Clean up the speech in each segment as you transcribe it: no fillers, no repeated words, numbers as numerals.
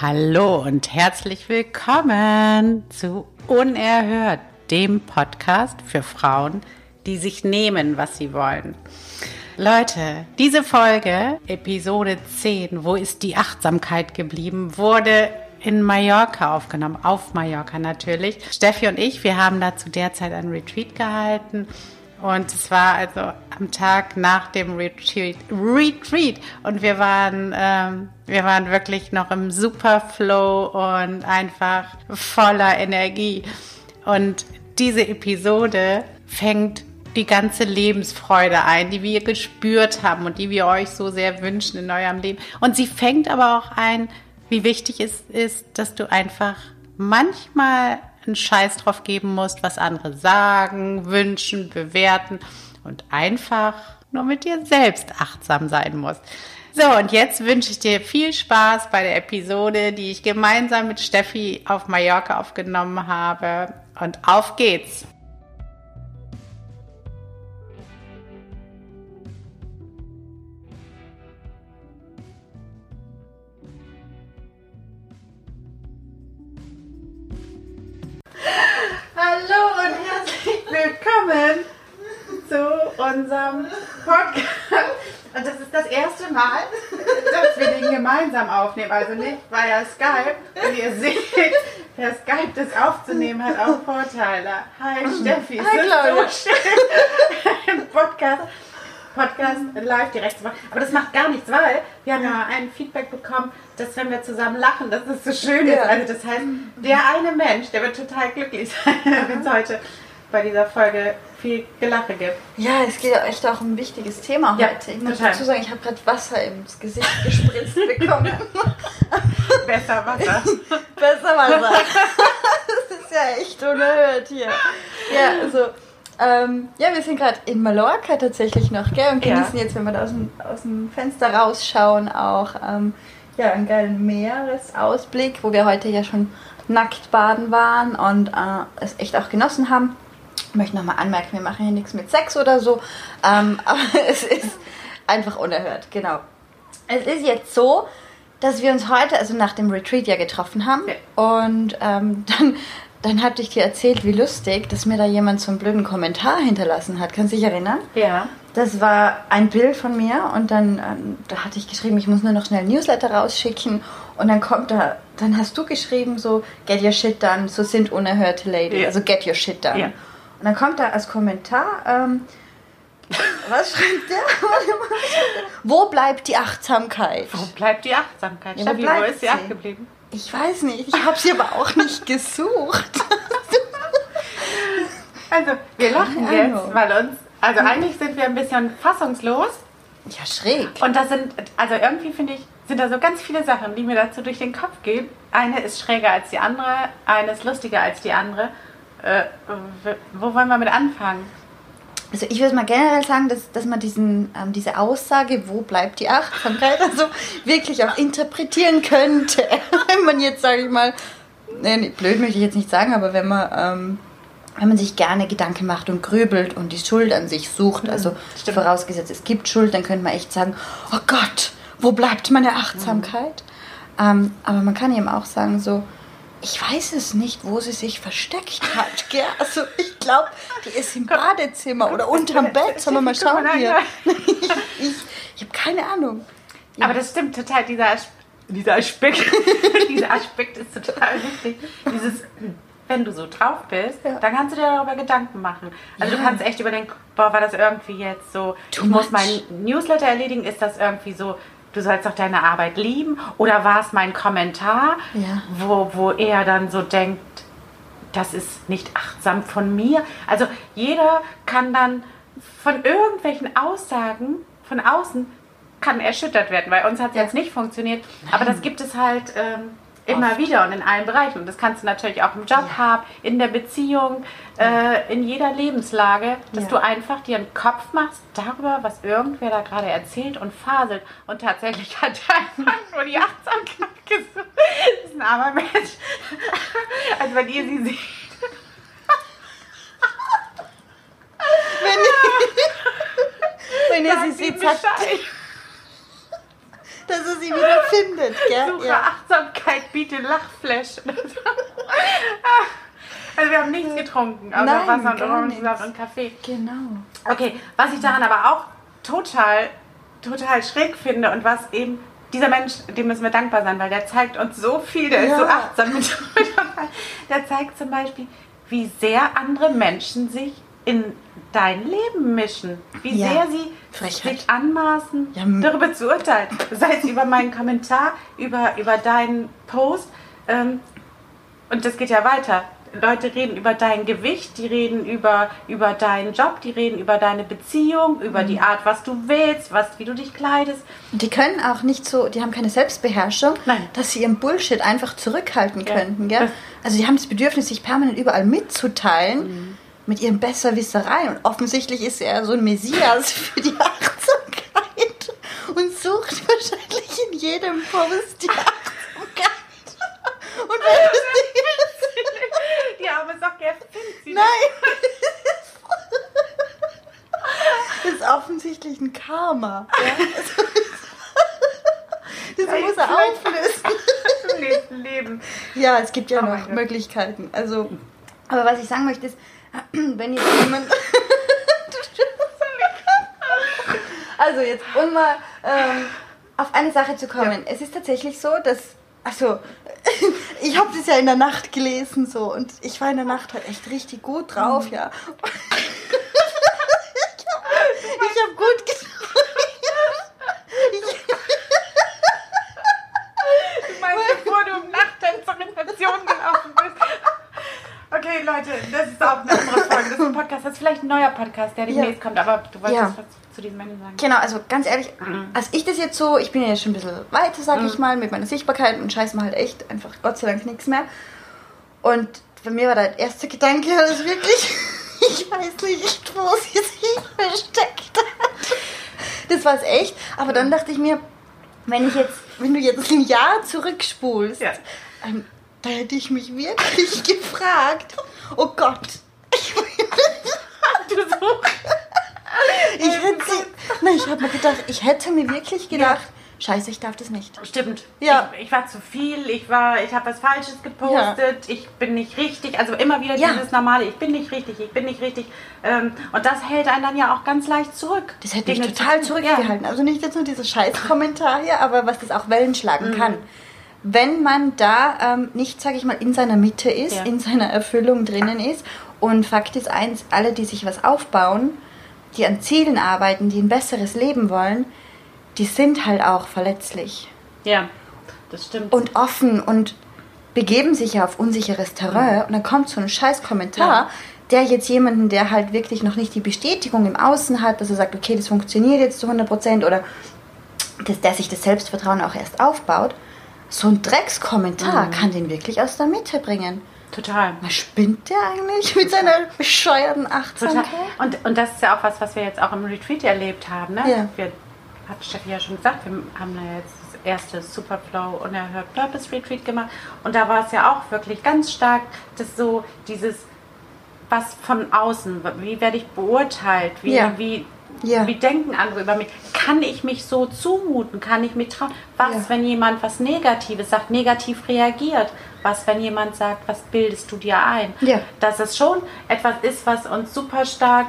Hallo und herzlich willkommen zu Unerhört, dem Podcast für Frauen, die sich nehmen, was sie wollen. Leute, diese Folge, Episode 10, wo ist die Achtsamkeit geblieben, wurde in Mallorca aufgenommen, auf Mallorca natürlich. Steffi und ich, wir haben da zu der Zeit einen Retreat gehalten. Und es war also am Tag nach dem Retreat und wir waren wirklich noch im Superflow und einfach voller Energie. Und diese Episode fängt die ganze Lebensfreude ein, die wir gespürt haben und die wir euch so sehr wünschen in eurem Leben. Und sie fängt aber auch ein, wie wichtig es ist, dass du einfach manchmal einen Scheiß drauf geben musst, was andere sagen, wünschen, bewerten und einfach nur mit dir selbst achtsam sein musst. So, und jetzt wünsche ich dir viel Spaß bei der Episode, die ich gemeinsam mit Steffi auf Mallorca aufgenommen habe. Und auf geht's! Hallo und herzlich willkommen zu unserem Podcast. Und das ist das erste Mal, dass wir den gemeinsam aufnehmen. Also nicht via Skype. Und ihr seht, per Skype das aufzunehmen hat auch Vorteile. Hi Steffi, Hi, Claudia. So schön im Podcast live direkt zu machen. Aber das macht gar nichts, weil wir haben ja ein Feedback bekommen, dass wenn wir zusammen lachen, dass es so schön ist. Also das heißt, der eine Mensch, der wird total glücklich sein, wenn es heute bei dieser Folge viel Gelache gibt. Ja, es geht ja echt auch um ein wichtiges Thema heute. Ich muss dazu sagen, ich habe gerade Wasser ins Gesicht gespritzt bekommen. Besser Wasser. Besser Wasser. Das ist ja echt unerhört hier. Ja, also... wir sind gerade in Mallorca tatsächlich noch, gell? Und genießen jetzt, wenn wir da aus dem Fenster rausschauen, auch einen geilen Meeresausblick, wo wir heute ja schon nackt baden waren und es echt auch genossen haben. Ich möchte nochmal anmerken, wir machen hier nichts mit Sex oder so, aber es ist einfach unerhört, genau. Es ist jetzt so, dass wir uns heute, also nach dem Retreat ja getroffen haben und dann hatte ich dir erzählt, wie lustig, dass mir da jemand so einen blöden Kommentar hinterlassen hat. Kannst du dich erinnern? Ja. Das war ein Bild von mir und dann da hatte ich geschrieben, ich muss nur noch schnell ein Newsletter rausschicken und dann hast du geschrieben so, get your shit done, so sind unerhörte Lady, also get your shit done. Ja. Und dann kommt da als Kommentar, was schreibt der? Wo bleibt die Achtsamkeit? Wo bleibt die Achtsamkeit? Ja, Steffi, wo ist sie abgeblieben? Ich weiß nicht, ich habe sie aber auch nicht gesucht. Also, wir lachen jetzt, weil eigentlich sind wir ein bisschen fassungslos. Ja, schräg. Und das irgendwie finde ich, sind da so ganz viele Sachen, die mir dazu durch den Kopf gehen. Eine ist schräger als die andere, eine ist lustiger als die andere. Wo wollen wir mit anfangen? Also ich würde mal generell sagen, dass man diese Aussage, wo bleibt die Achtsamkeit, also wirklich auch interpretieren könnte. Wenn man jetzt, sage ich mal, blöd möchte ich jetzt nicht sagen, aber wenn man sich gerne Gedanken macht und grübelt und die Schuld an sich sucht, also vorausgesetzt, es gibt Schuld, dann könnte man echt sagen, oh Gott, wo bleibt meine Achtsamkeit? Aber man kann eben auch sagen so, ich weiß es nicht, wo sie sich versteckt hat. Gell? Also ich glaube, die ist im Badezimmer oder unterm Bett. Sollen wir mal schauen hier? Ich habe keine Ahnung. Ja. Aber das stimmt total, dieser Aspekt ist total wichtig. Wenn du so drauf bist, dann kannst du dir darüber Gedanken machen. Also du kannst echt überdenken, war das irgendwie jetzt so, ich muss mein Newsletter erledigen, ist das irgendwie so, du sollst doch deine Arbeit lieben? Oder war es mein Kommentar, wo er dann so denkt, das ist nicht achtsam von mir? Also jeder kann dann von irgendwelchen Aussagen von außen kann erschüttert werden. Bei uns hat es jetzt nicht funktioniert, aber das gibt es halt immer wieder und in allen Bereichen. Und das kannst du natürlich auch im Job haben, in der Beziehung, in jeder Lebenslage, dass du einfach dir einen Kopf machst darüber, was irgendwer da gerade erzählt und faselt. Und tatsächlich hat er einfach nur die Achtsamkeit gesucht. Das ist ein armer Mensch. Also wenn ihr sie seht. Wenn ihr sie sieht, dass er sie wieder findet. Gell? Suche Achtsamkeit, biete Lachflash. Also wir haben nichts getrunken, außer Wasser und Orangensaft und Kaffee. Genau. Okay, was ich daran aber auch total schräg finde und was eben dieser Mensch, dem müssen wir dankbar sein, weil der zeigt uns so viel, der ist so achtsam mit der zeigt zum Beispiel, wie sehr andere Menschen sich in dein Leben mischen, wie sehr sie sich anmaßen, darüber zu urteilen, sei es über meinen Kommentar, über deinen Post, und das geht ja weiter. Leute reden über dein Gewicht, die reden über deinen Job, die reden über deine Beziehung, über die Art, was du willst, wie du dich kleidest. Und die können auch nicht so, die haben keine Selbstbeherrschung, Nein. dass sie ihren Bullshit einfach zurückhalten könnten. Gell? Also die haben das Bedürfnis, sich permanent überall mitzuteilen, mit ihren Besserwissereien. Und offensichtlich ist er so ein Messias für die Achtsamkeit und sucht wahrscheinlich in jedem Post die Achtsamkeit. Und wenn du die arme Socke erfindet sie. Nein! Das ist offensichtlich ein Karma. Ja? Das muss er auflösen. Im nächsten Leben. Ja, es gibt ja noch Möglichkeiten. Also, aber was ich sagen möchte ist, wenn jetzt jemand... Also jetzt, um mal auf eine Sache zu kommen. Ja. Es ist tatsächlich so, dass... Also, ich habe das ja in der Nacht gelesen so und ich war in der Nacht halt echt richtig gut drauf, ja. Ich habe gut geschlafen. Du meinst, bevor du im Nachtdienst zur Meditation gelaufen bist. Okay, Leute, das ist auch eine andere Folge. Das ist ein Podcast, das ist vielleicht ein neuer Podcast, der demnächst kommt, aber du wolltest was zu diesen Menschen sagen. Genau, also ganz ehrlich, als ich das jetzt so, ich bin ja jetzt schon ein bisschen weiter, sag ich mal, mit meiner Sichtbarkeit und scheiß mir halt echt einfach Gott sei Dank nichts mehr. Und bei mir war der erste Gedanke, das wirklich, ich weiß nicht, wo sie sich versteckt hat. Das war es echt, aber dann dachte ich mir, wenn du jetzt ein Jahr zurückspulst, da hätte ich mich wirklich gefragt, oh Gott, du suchst. Ich habe mir gedacht, ich hätte mir wirklich gedacht, scheiße, ich darf das nicht. Stimmt. Ja. Ich war zu viel, ich habe was Falsches gepostet, ich bin nicht richtig, also immer wieder dieses normale, ich bin nicht richtig. Und das hält einen dann ja auch ganz leicht zurück. Das hätte mich total zurückgehalten. Also nicht jetzt nur dieser Scheiß-Kommentar hier, aber was das auch Wellen schlagen kann. Wenn man da nicht, sage ich mal, in seiner Mitte ist, in seiner Erfüllung drinnen ist. Und Fakt ist eins, alle, die sich was aufbauen, die an Zielen arbeiten, die ein besseres Leben wollen, die sind halt auch verletzlich. Ja, das stimmt. Und offen und begeben sich ja auf unsicheres Terrain. Und dann kommt so ein scheiß Kommentar, der jetzt jemanden, der halt wirklich noch nicht die Bestätigung im Außen hat, dass er sagt, okay, das funktioniert jetzt zu 100% oder der sich das Selbstvertrauen auch erst aufbaut. So ein Dreckskommentar kann den wirklich aus der Mitte bringen. Total. Was spinnt der eigentlich mit seiner bescheuerten Achtsamkeit? Total. Und das ist ja auch was wir jetzt auch im Retreat erlebt haben. Ne? Ja. Hat Steffi ja schon gesagt, wir haben da jetzt das erste Superflow Unerhört Purpose Retreat gemacht. Und da war es ja auch wirklich ganz stark, dass so dieses, was von außen, wie werde ich beurteilt, wie denken andere über mich, kann ich mich so zumuten, kann ich mich trauen, wenn jemand was Negatives sagt, negativ reagiert, was, wenn jemand sagt, was bildest du dir ein, dass es schon etwas ist, was uns super stark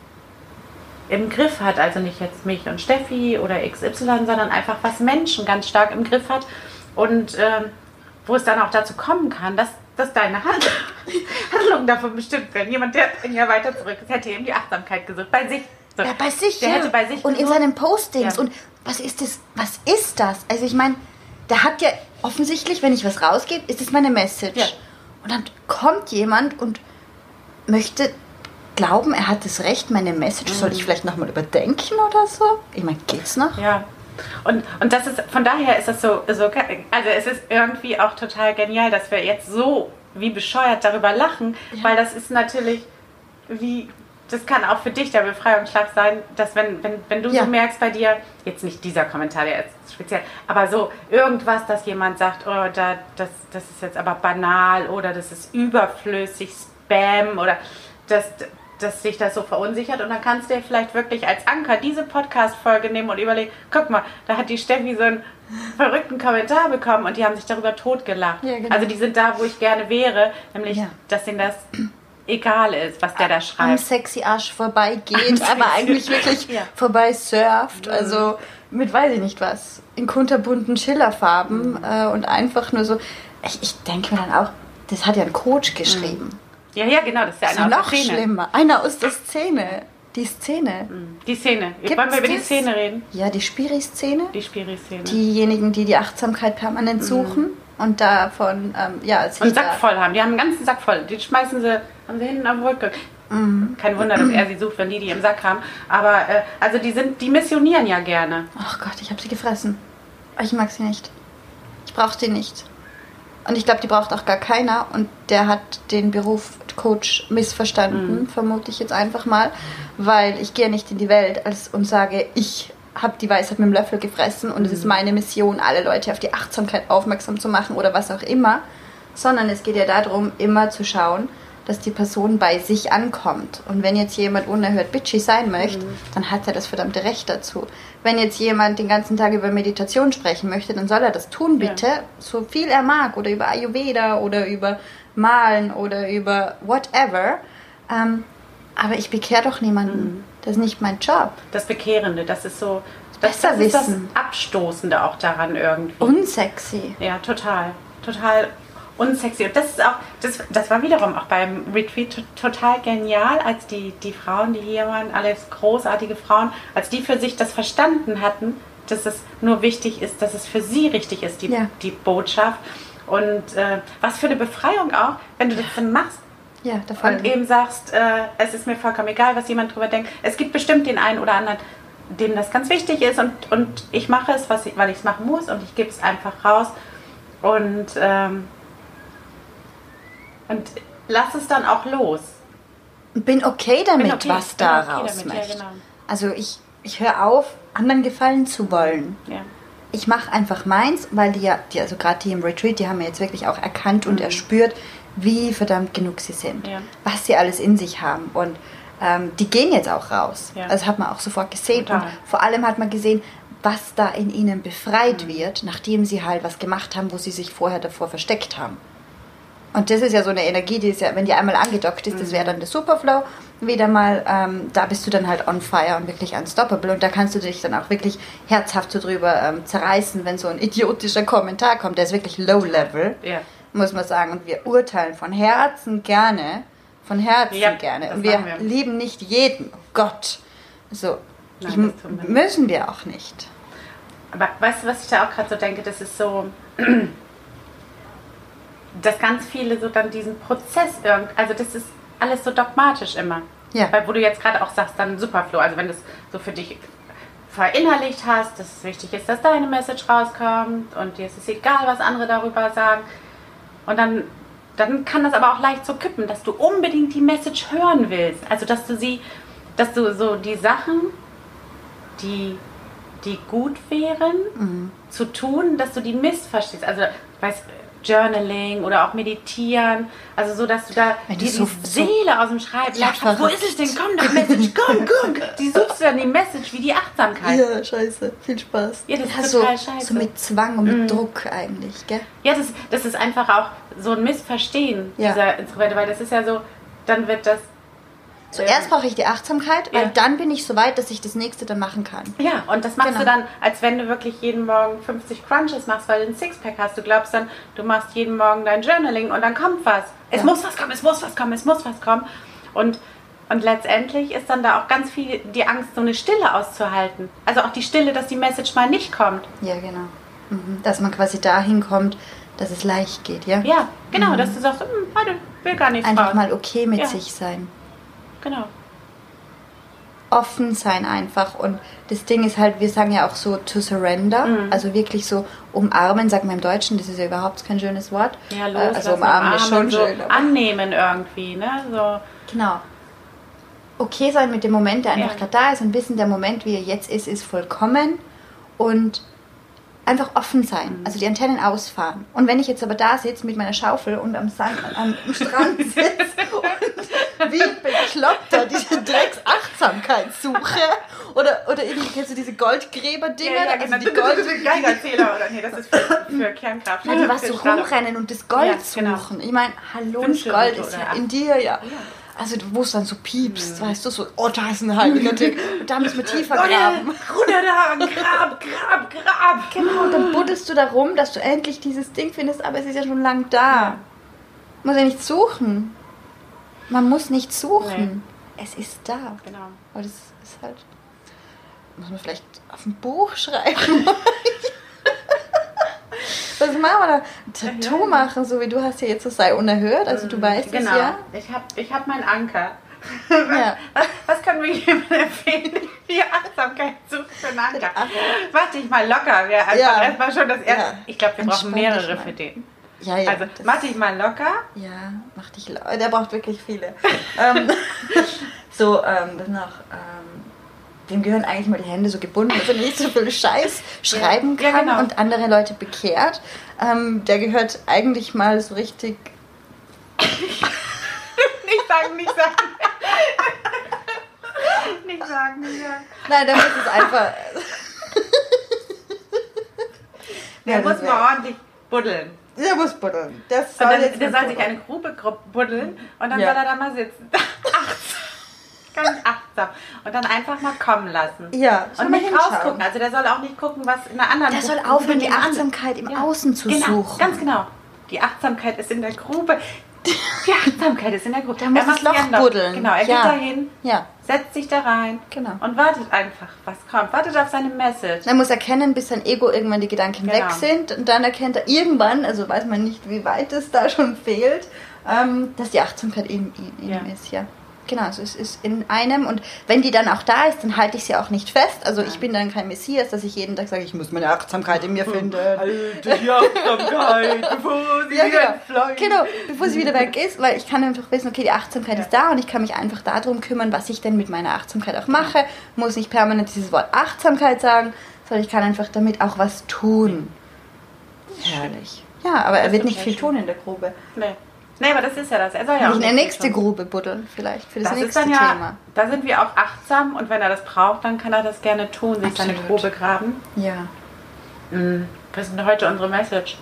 im Griff hat, also nicht jetzt mich und Steffi oder XY, sondern einfach was Menschen ganz stark im Griff hat und wo es dann auch dazu kommen kann, dass deine Handlung davon bestimmt werden. Jemand, der ein Jahr weiter zurück ist, hätte eben die Achtsamkeit gesucht, bei sich. So. Ja, bei sich, der hätte bei sich und in gesucht. seinen Postings. Und was ist das? Also ich meine, der hat ja offensichtlich, wenn ich was rausgebe, ist das meine Message. Ja. Und dann kommt jemand und möchte glauben, er hat das Recht, meine Message soll ich vielleicht nochmal überdenken oder so? Ich meine, geht's noch? Ja. Und das ist, von daher ist das so, also es ist irgendwie auch total genial, dass wir jetzt so wie bescheuert darüber lachen, weil das ist natürlich das kann auch für dich der Befreiungsschlag sein, dass wenn du so merkst bei dir, jetzt nicht dieser Kommentar, der ist speziell, aber so irgendwas, dass jemand sagt, oh, das ist jetzt aber banal oder das ist überflüssig, Spam oder dass dich das so verunsichert. Und dann kannst du dir vielleicht wirklich als Anker diese Podcast-Folge nehmen und überlegen, guck mal, da hat die Steffi so einen verrückten Kommentar bekommen und die haben sich darüber totgelacht. Ja, genau. Also die sind da, wo ich gerne wäre, nämlich, dass denen das egal ist, was der da schreibt. Am sexy Arsch vorbeigeht, aber eigentlich wirklich vorbei surft. Also mit weiß ich nicht was. In kunterbunten Schillerfarben und einfach nur so. Ich denke mir dann auch, das hat ja ein Coach geschrieben. Ja, genau, das ist ja einer aus der Szene. Noch schlimmer. Einer aus der Szene. Die Szene. Die Szene. Wollen wir über die Szene reden? Ja, die Spiri-Szene. Die Spiri-Szene. Diejenigen, die die Achtsamkeit permanent suchen und davon, und Sack voll haben. Die haben einen ganzen Sack voll. Die haben sie hinten am Rücken. Kein Wunder, dass er sie sucht, wenn die im Sack haben. Aber, also die missionieren ja gerne. Ach Gott, ich habe sie gefressen. Ich mag sie nicht. Ich brauche die nicht. Und ich glaube, die braucht auch gar keiner. Und der hat den Beruf Coach missverstanden, vermute ich jetzt einfach mal. Weil ich gehe nicht in die Welt und sage, ich habe die Weisheit mit dem Löffel gefressen und es ist meine Mission, alle Leute auf die Achtsamkeit aufmerksam zu machen oder was auch immer. Sondern es geht ja darum, immer zu schauen, dass die Person bei sich ankommt. Und wenn jetzt jemand unerhört bitchy sein möchte, dann hat er das verdammte Recht dazu. Wenn jetzt jemand den ganzen Tag über Meditation sprechen möchte, dann soll er das tun, bitte, so viel er mag. Oder über Ayurveda oder über Malen oder über whatever. Aber ich bekehre doch niemanden. Das ist nicht mein Job. Das Bekehrende, das ist so... Das ist das Abstoßende auch daran irgendwie. Unsexy. Ja, total. Total unsexy. Und das ist auch, das war wiederum auch beim Retreat total genial, als die Frauen, die hier waren, alles großartige Frauen, als die für sich das verstanden hatten, dass es nur wichtig ist, dass es für sie richtig ist, die Botschaft. Und was für eine Befreiung auch, wenn du das dann machst. Ja, davon. Und eben sagst, es ist mir vollkommen egal, was jemand drüber denkt. Es gibt bestimmt den einen oder anderen, dem das ganz wichtig ist und ich mache es, weil ich es machen muss und ich gebe es einfach raus. Und lass es dann auch los. Bin okay damit, was da raus möchte. Ja, genau. Also ich höre auf, anderen gefallen zu wollen. Ja. Ich mache einfach meins, weil also gerade die im Retreat, die haben ja jetzt wirklich auch erkannt und erspürt, wie verdammt genug sie sind. Ja. Was sie alles in sich haben. Und die gehen jetzt auch raus. Ja. Also hat man auch sofort gesehen. Total. Und vor allem hat man gesehen, was da in ihnen befreit wird, nachdem sie halt was gemacht haben, wo sie sich vorher davor versteckt haben. Und das ist ja so eine Energie, die ist ja, wenn die einmal angedockt ist, das wäre dann der Superflow wieder mal, da bist du dann halt on fire und wirklich unstoppable und da kannst du dich dann auch wirklich herzhaft so drüber zerreißen, wenn so ein idiotischer Kommentar kommt, der ist wirklich low level, muss man sagen, und wir urteilen von Herzen gerne, gerne und wir lieben nicht jeden, oh Gott, so, nein, müssen wir auch nicht. Aber weißt du, was ich da auch gerade so denke, das ist so... dass ganz viele so dann diesen Prozess also das ist alles so dogmatisch immer. Ja. Weil wo du jetzt gerade auch sagst, dann Superflow, also wenn du es so für dich verinnerlicht hast, dass es wichtig ist, dass deine Message rauskommt und dir ist es egal, was andere darüber sagen. Und dann kann das aber auch leicht so kippen, dass du unbedingt die Message hören willst. Also dass du so die Sachen, die gut wären, zu tun, dass du die missverstehst. Also Journaling oder auch meditieren, also so, dass du da die Seele aus dem Schreiben lässt. Wo ist es denn? Komm doch, Message, komm. Die suchst du dann die Message wie die Achtsamkeit. Ja, scheiße. Viel Spaß. Ja, das ist total scheiße. So mit Zwang und mit Druck eigentlich, gell? Ja, das ist einfach auch so ein Missverstehen dieser Instrumente, weil das ist ja so, dann wird das... Zuerst brauche ich die Achtsamkeit, weil dann bin ich so weit, dass ich das nächste dann machen kann. Ja, und das machst du dann, als wenn du wirklich jeden Morgen 50 Crunches machst, weil du ein Sixpack hast. Du glaubst dann, du machst jeden Morgen dein Journaling und dann kommt was. Es muss was kommen, es muss was kommen. Und letztendlich ist dann da auch ganz viel die Angst, so eine Stille auszuhalten. Also auch die Stille, dass die Message mal nicht kommt. Ja, genau. Dass man quasi dahin kommt, dass es leicht geht, ja? Ja, genau, dass du sagst, heute will gar nichts einfach raus. Mal okay mit sich sein. Genau. Offen sein einfach. Und das Ding ist halt, wir sagen ja auch so to surrender, also wirklich so umarmen, sagt man im Deutschen, das ist ja überhaupt kein schönes Wort. Ja, also umarmen ist schon so schön. Annehmen irgendwie, ne? So. Genau. Okay sein mit dem Moment, der einfach gerade da ist und wissen, der Moment, wie er jetzt ist vollkommen und einfach offen sein, also die Antennen ausfahren. Und wenn ich jetzt aber da sitze mit meiner Schaufel und am Strand sitze wie ein Bekloppter diese Drecks-Achtsamkeitssuche oder irgendwie, kennst du diese Goldgräber-Dinger? Ja, genau, also die Gold Geigerzähler oder nee, das ist für Kernkraft. Ja, die was so rumrennen und das Gold genau. suchen. Ich meine, hallo, das Gold ist ja in dir, ja. Also wo es dann so piepst, weißt du, so, oh, da ist ein heiliger Ding. Und da müssen wir tiefer graben. Runter da, grab. Genau, und dann buddelst du darum, dass du endlich dieses Ding findest, aber es ist ja schon lang da. Ja. Man muss ja nicht suchen. Man muss nicht suchen. Nee. Es ist da. Genau. Aber das ist halt... Muss man vielleicht auf ein Buch schreiben. Was machen wir da? Ein Tattoo machen, so wie du hast ja jetzt, das sei unerhört. Also du weißt es ja. Ich hab meinen Anker. Ja. Was können wir jemandem empfehlen, die Achtsamkeit sucht für einen Anker? Mach dich mal locker. Wir einfach erstmal schon das erste. Ja. Ich glaube, wir brauchen mehrere für den. Ja, also mach dich mal locker. Ja, mach dich locker. Der braucht wirklich viele. Was noch? Dem gehören eigentlich mal die Hände so gebunden, dass er nicht so viel Scheiß schreiben kann und andere Leute bekehrt. Der gehört eigentlich mal so richtig... Nicht sagen. Nein, der muss es einfach... Der muss mal ordentlich buddeln. Der muss buddeln. Der soll sich eine Grube buddeln und dann soll er da mal sitzen. Ganz achtsam. Und dann einfach mal kommen lassen. Ja. Und nicht rausgucken. Also der soll auch nicht gucken, was in einer anderen... Der soll aufhören, die Achtsamkeit im Außen zu suchen. Ganz genau. Die Achtsamkeit ist in der Grube. Die Achtsamkeit ist in der Grube. Der muss das Loch buddeln. Genau, er geht dahin, setzt sich da rein und wartet einfach, was kommt. Wartet auf seine Message. Er muss erkennen, bis sein Ego irgendwann die Gedanken weg sind. Und dann erkennt er irgendwann, also weiß man nicht, wie weit es da schon fehlt, dass die Achtsamkeit in ihm ist, ja. Genau, also es ist in einem und wenn die dann auch da ist, dann halte ich sie auch nicht fest. Also ich bin dann kein Messias, dass ich jeden Tag sage, ich muss meine Achtsamkeit in mir finden. Halte die Achtsamkeit, bevor sie wieder fliegt. Genau, bevor sie wieder weg ist, weil ich kann einfach wissen, okay, die Achtsamkeit ist da und ich kann mich einfach darum kümmern, was ich denn mit meiner Achtsamkeit auch mache. Muss nicht permanent dieses Wort Achtsamkeit sagen, sondern ich kann einfach damit auch was tun. Herrlich. Ja, aber er wird nicht viel tun in der Grube. Nee, aber das ist ja das. Er soll ja auch in der nächste Grube buddeln vielleicht, für das nächste Thema. Da sind wir auch achtsam und wenn er das braucht, dann kann er das gerne tun, sich seine Grube graben. Ja. Was ist denn heute unsere Message?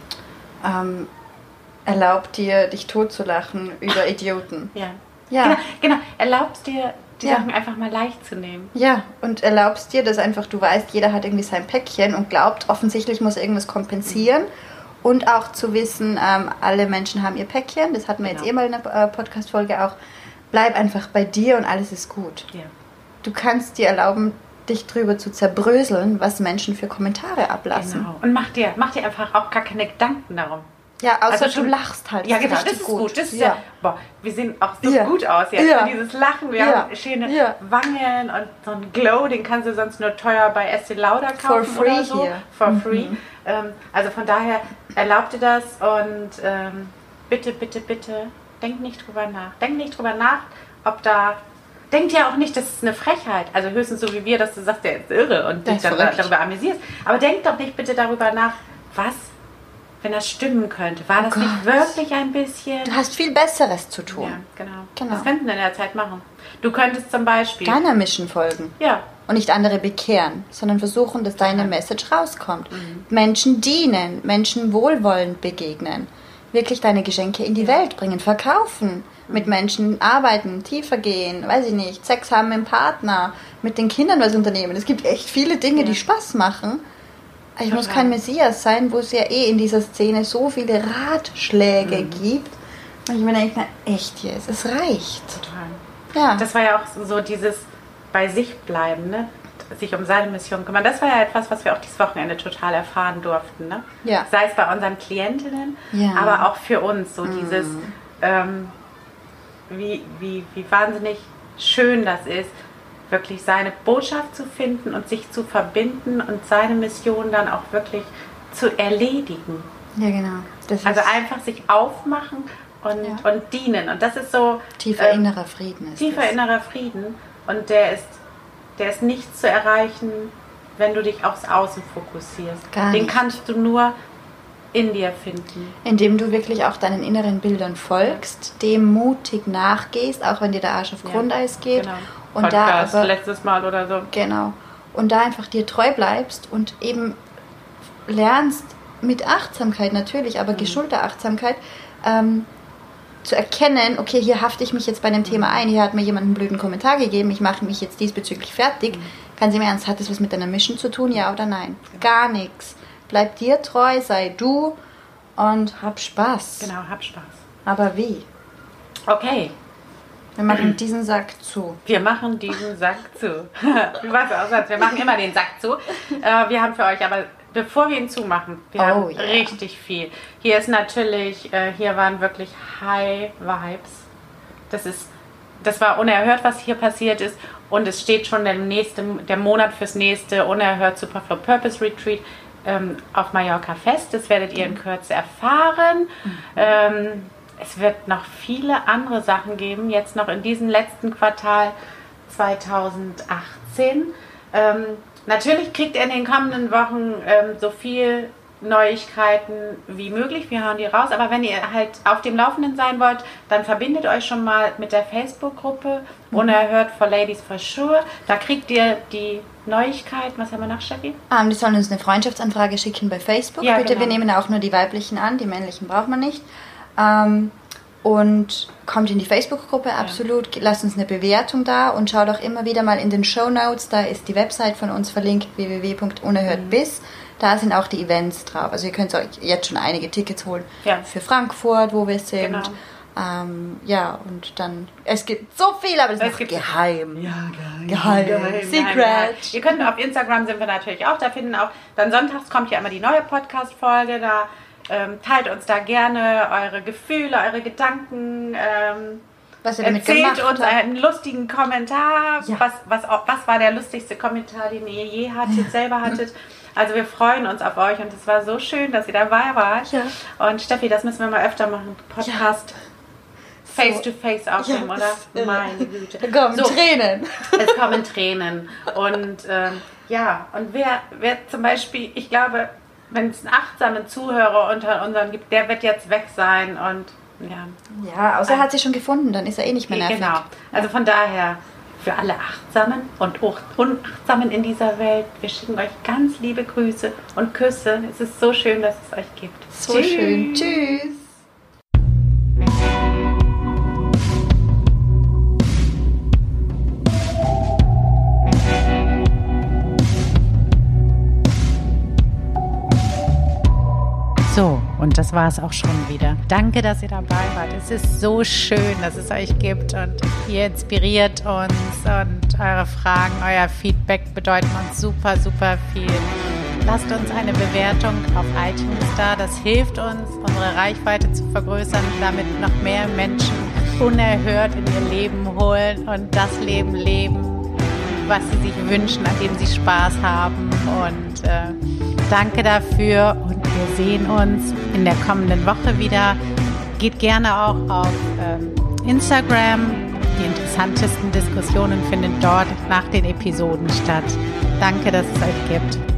Erlaubt dir, dich totzulachen über Idioten. Ja. Genau. Erlaubst dir, die Sachen einfach mal leicht zu nehmen. Ja, und erlaubst dir, dass einfach du weißt, jeder hat irgendwie sein Päckchen und glaubt, offensichtlich muss irgendwas kompensieren. Und auch zu wissen, alle Menschen haben ihr Päckchen, das hatten wir jetzt mal in der Podcast-Folge auch. Bleib einfach bei dir und alles ist gut. Ja. Du kannst dir erlauben, dich drüber zu zerbröseln, was Menschen für Kommentare ablassen. Genau. Und mach dir einfach auch gar keine Gedanken darum. Ja, außer du lachst halt. Ja, genau, das ist gut. Das ist wir sehen auch so gut aus jetzt. Ja. Dieses Lachen, wir haben schöne Wangen und so ein Glow, den kannst du sonst nur teuer bei Estee Lauder kaufen. For free oder so. hier. For free. Also von daher, erlaub dir das und bitte, denk nicht drüber nach. Denk nicht drüber nach, ob da... Denk dir auch nicht, das ist eine Frechheit. Also höchstens so wie wir, dass du sagst, der ist irre und dich dann darüber amüsierst. Aber denk doch nicht bitte darüber nach, was... Wenn das stimmen könnte, war das nicht wirklich ein bisschen... Du hast viel Besseres zu tun. Ja, genau. Was könnten wir in der Zeit machen? Du könntest zum Beispiel... Deiner Mission folgen. Ja. Und nicht andere bekehren, sondern versuchen, dass deine Message rauskommt. Menschen dienen, Menschen wohlwollend begegnen. Wirklich deine Geschenke in die Welt bringen, verkaufen. Mit Menschen arbeiten, tiefer gehen, weiß ich nicht, Sex haben mit dem Partner, mit den Kindern was unternehmen. Es gibt echt viele Dinge, die Spaß machen. Ich muss kein Messias sein, wo es ja in dieser Szene so viele Ratschläge gibt. Und ich mir denke, echt jetzt, es reicht. Total. Ja. Das war ja auch so dieses bei sich bleiben, ne? Sich um seine Mission kümmern. Das war ja etwas, was wir auch dieses Wochenende total erfahren durften. Ne? Ja. Sei es bei unseren Klientinnen, aber auch für uns. So dieses, wie wahnsinnig schön das ist, wirklich seine Botschaft zu finden und sich zu verbinden und seine Mission dann auch wirklich zu erledigen. Ja, genau. Also einfach sich aufmachen und dienen. Und das ist so... Tiefer innerer Frieden ist Tiefer innerer Frieden. Und der ist nicht zu erreichen, wenn du dich aufs Außen fokussierst. Den kannst du nur in dir finden? Indem du wirklich auch deinen inneren Bildern folgst, dem mutig nachgehst, auch wenn dir der Arsch auf Grundeis geht. Genau. Und Podcast, da aber, letztes Mal oder so. Genau. Und da einfach dir treu bleibst und eben lernst mit Achtsamkeit natürlich, aber geschulter Achtsamkeit, zu erkennen, okay, hier hafte ich mich jetzt bei einem Thema ein, hier hat mir jemand einen blöden Kommentar gegeben, ich mache mich jetzt diesbezüglich fertig. Ganz im Ernst, hat das was mit deiner Mission zu tun, ja oder nein? Gar nichts. Bleib dir treu, sei du und hab Spaß. Genau, hab Spaß. Aber wie? Okay. Wir machen diesen Sack zu. Wir machen diesen Sack zu. Wie war es aus? Wir machen immer den Sack zu. Wir haben für euch aber, bevor wir ihn zumachen, wir haben richtig viel. Hier ist natürlich, hier waren wirklich High Vibes. Das war unerhört, was hier passiert ist. Und es steht schon der Monat fürs nächste Unerhört Superflow Purpose Retreat auf Mallorca fest. Das werdet ihr in Kürze erfahren. Es wird noch viele andere Sachen geben, jetzt noch in diesem letzten Quartal 2018. Natürlich kriegt ihr in den kommenden Wochen so viel Neuigkeiten wie möglich. Wir hauen die raus. Aber wenn ihr halt auf dem Laufenden sein wollt, dann verbindet euch schon mal mit der Facebook-Gruppe Unerhört for Ladies for Sure. Da kriegt ihr die Neuigkeiten. Was haben wir noch, Steffi? Die sollen uns eine Freundschaftsanfrage schicken bei Facebook. Ja, bitte, genau. wir nehmen auch nur die weiblichen an, die männlichen braucht man nicht. Und kommt in die Facebook-Gruppe, absolut. Lasst uns eine Bewertung da und schaut auch immer wieder mal in den Shownotes, da ist die Website von uns verlinkt, www.unerhört.biz. Da sind auch die Events drauf. Also ihr könnt euch jetzt schon einige Tickets holen für Frankfurt, wo wir sind. Genau. Und dann, es gibt so viel, aber es ist geheim. Ja, Geheim. Secret. Geheim. Ihr könnt auf Instagram, sind wir natürlich auch, da finden auch, dann sonntags kommt ja immer die neue Podcast-Folge, da teilt uns da gerne eure Gefühle, eure Gedanken, was ihr damit gemacht erzählt uns habt. einen lustigen Kommentar, was war der lustigste Kommentar, den ihr je selber hattet. Also wir freuen uns auf euch und es war so schön, dass ihr dabei wart. Ja. Und Steffi, das müssen wir mal öfter machen, Podcast. Face-to-face aufnehmen, oder? Meine Güte. Da kommen Tränen. Es kommen Tränen. Und und wer zum Beispiel, ich glaube, wenn es einen achtsamen Zuhörer unter unseren gibt, der wird jetzt weg sein und Ja, außer er hat sich schon gefunden, dann ist er eh nicht mehr nervig. Genau. Also von daher, für alle Achtsamen und auch Unachtsamen in dieser Welt, wir schicken euch ganz liebe Grüße und Küsse. Es ist so schön, dass es euch gibt. So Tschüss. Schön. Tschüss. So, und das war es auch schon wieder. Danke, dass ihr dabei wart. Es ist so schön, dass es euch gibt und ihr inspiriert uns und eure Fragen, euer Feedback bedeuten uns super, super viel. Lasst uns eine Bewertung auf iTunes da. Das hilft uns, unsere Reichweite zu vergrößern, damit noch mehr Menschen unerhört in ihr Leben holen und das Leben leben, was sie sich wünschen, an dem sie Spaß haben. Und danke dafür und wir sehen uns in der kommenden Woche wieder. Geht gerne auch auf Instagram. Die interessantesten Diskussionen finden dort nach den Episoden statt. Danke, dass es euch gibt.